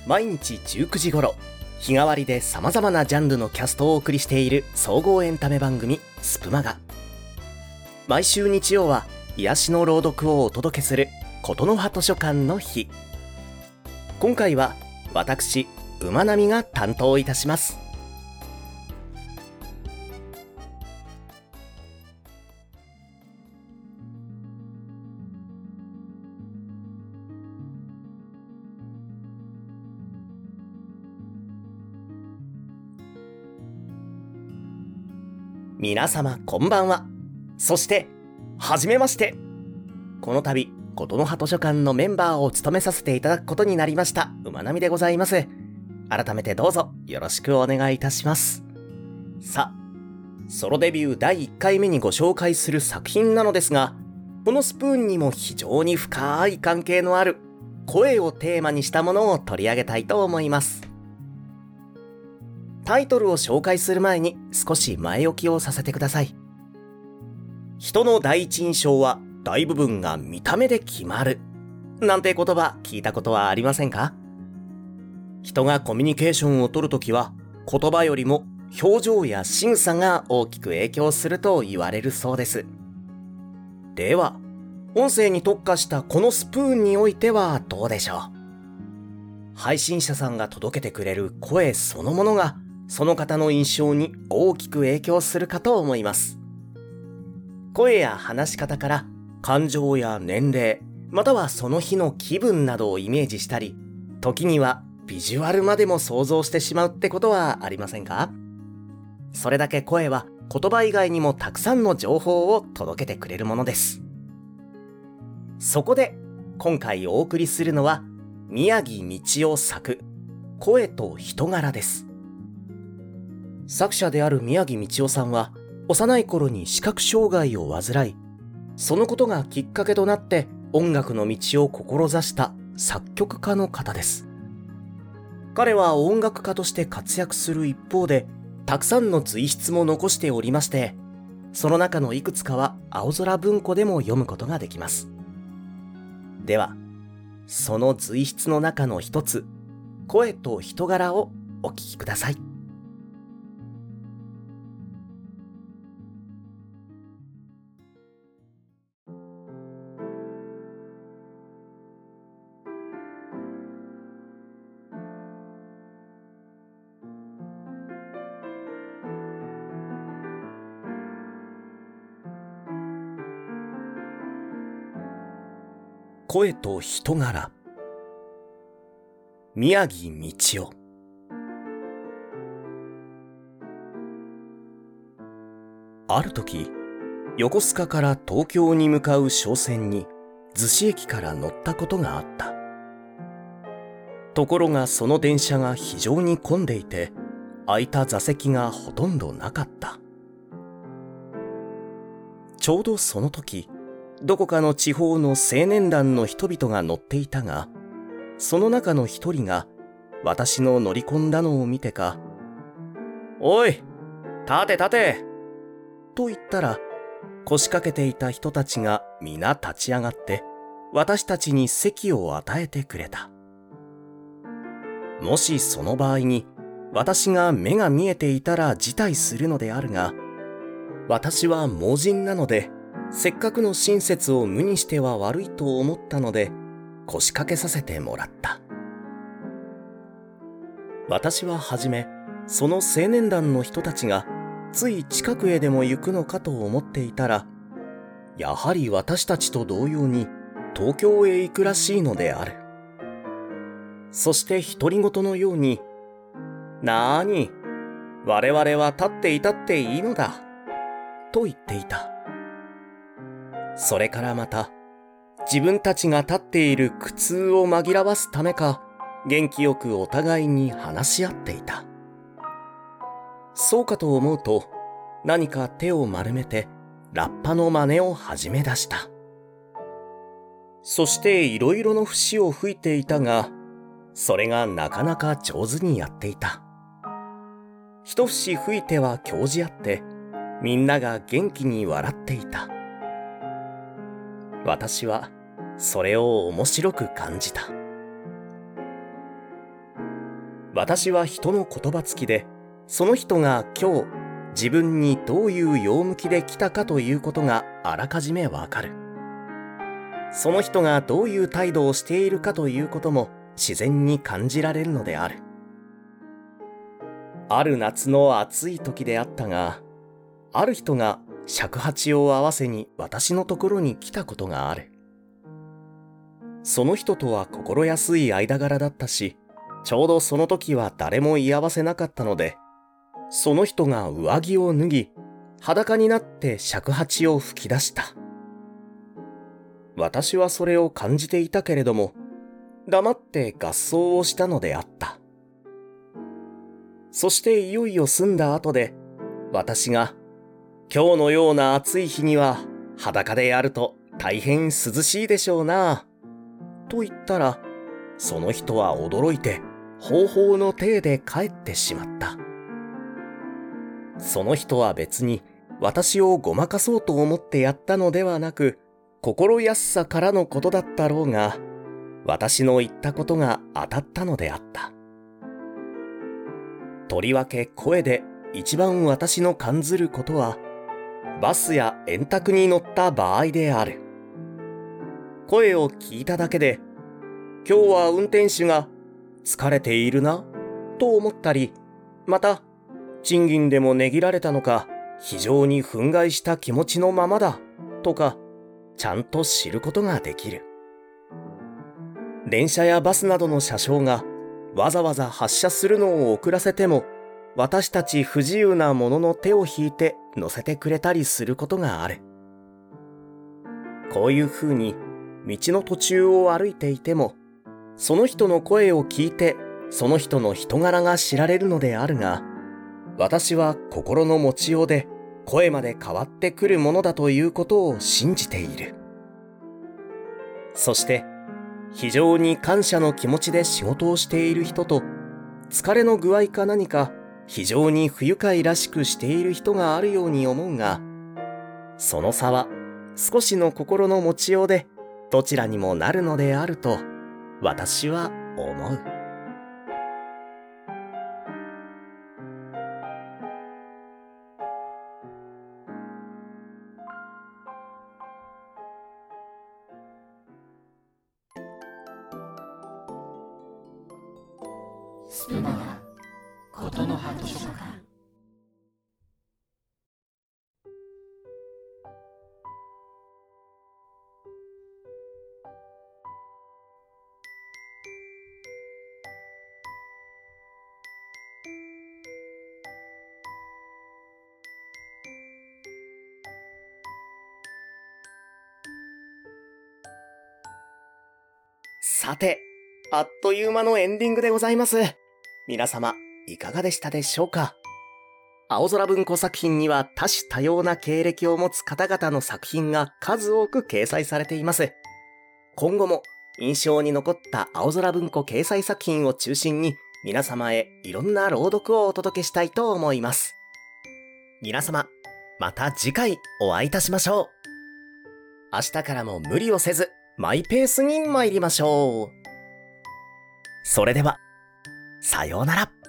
毎日19時頃、日替わりで様々なジャンルのキャストをお送りしている総合エンタメ番組スプマガ。毎週日曜は癒しの朗読をお届けする琴の葉図書館の日。今回は私馬並が担当いたします。皆様こんばんは。そしてはじめまして。この度琴の葉図書館のメンバーを務めさせていただくことになりました馬並でございます。改めてどうぞよろしくお願いいたします。さあ、ソロデビュー第1回目にご紹介する作品なのですが、このスプーンにも非常に深い関係のある声をテーマにしたものを取り上げたいと思います。タイトルを紹介する前に少し前置きをさせてください。人の第一印象は大部分が見た目で決まるなんて言葉聞いたことはありませんか？人がコミュニケーションを取るときは言葉よりも表情や仕草が大きく影響すると言われるそうです。では、音声に特化したこのスプーンにおいてはどうでしょう？配信者さんが届けてくれる声そのものがその方の印象に大きく影響するかと思います。声や話し方から感情や年齢、またはその日の気分などをイメージしたり、時にはビジュアルまでも想像してしまうってことはありませんか？それだけ声は言葉以外にもたくさんの情報を届けてくれるものです。そこで今回お送りするのは宮城道夫作声と人柄です。作者である宮城道夫さんは幼い頃に視覚障害を患い、そのことがきっかけとなって音楽の道を志した作曲家の方です。彼は音楽家として活躍する一方で、たくさんの随筆も残しておりまして、その中のいくつかは青空文庫でも読むことができます。では、その随筆の中の一つ、声と人柄をお聞きください。声と人柄。宮城道夫。ある時、横須賀から東京に向かう商船に逗子駅から乗ったことがあった。ところがその電車が非常に混んでいて、空いた座席がほとんどなかった。ちょうどその時、どこかの地方の青年団の人々が乗っていたが、その中の一人が私の乗り込んだのを見てか、おい、立て立てと言ったら、腰掛けていた人たちが皆立ち上がって私たちに席を与えてくれた。もしその場合に私が目が見えていたら辞退するのであるが、私は盲人なので、せっかくの親切を無にしては悪いと思ったので腰掛けさせてもらった。私ははじめその青年団の人たちがつい近くへでも行くのかと思っていたら、やはり私たちと同様に東京へ行くらしいのである。そして独り言のように、なーに、我々は立っていたっていいのだと言っていた。それからまた、自分たちが立っている苦痛を紛らわすためか、元気よくお互いに話し合っていた。そうかと思うと、何か手を丸めて、ラッパの真似を始め出した。そしていろいろの節を吹いていたが、それがなかなか上手にやっていた。一節吹いては興じ合って、みんなが元気に笑っていた。私はそれを面白く感じた。 私は人の言葉付きで、その人が今日自分にどういう用向きで来たかということがあらかじめわかる。その人がどういう態度をしているかということも自然に感じられるのである。ある夏の暑い時であったが、ある人が尺八を合わせに私のところに来たことがある。その人とは心安い間柄だったし、ちょうどその時は誰も居合わせなかったので、その人が上着を脱ぎ、裸になって尺八を吹き出した。私はそれを感じていたけれども、黙って合奏をしたのであった。そしていよいよ済んだ後で、私が、今日のような暑い日には裸でやると大変涼しいでしょうな、と言ったら、その人は驚いて、ほうほうの体で帰ってしまった。その人は別に私をごまかそうと思ってやったのではなく、心安さからのことだったろうが、私の言ったことが当たったのであった。とりわけ声で一番私の感ずることは、バスや円卓に乗った場合である。声を聞いただけで、今日は運転手が疲れているな、と思ったり、また、賃金でも値切られたのか、非常に憤慨した気持ちのままだ、とか、ちゃんと知ることができる。電車やバスなどの車掌がわざわざ発車するのを遅らせても、私たち不自由な者の手を引いて乗せてくれたりすることがある。こういうふうに道の途中を歩いていても、その人の声を聞いてその人の人柄が知られるのであるが、私は心の持ちようで声まで変わってくるものだということを信じている。そして非常に感謝の気持ちで仕事をしている人と、疲れの具合か何か非常に不愉快らしくしている人があるように思うが、その差は少しの心の持ちようでどちらにもなるのであると私は思う。 スプマガことの葉図書館。 さて、あっという間のエンディングでございます。皆様、いかがでしたでしょうか？青空文庫作品には多種多様な経歴を持つ方々の作品が数多く掲載されています。今後も印象に残った青空文庫掲載作品を中心に皆様へいろんな朗読をお届けしたいと思います。皆様、また次回お会いいたしましょう。明日からも無理をせずマイペースに参りましょう。それでは、さようなら。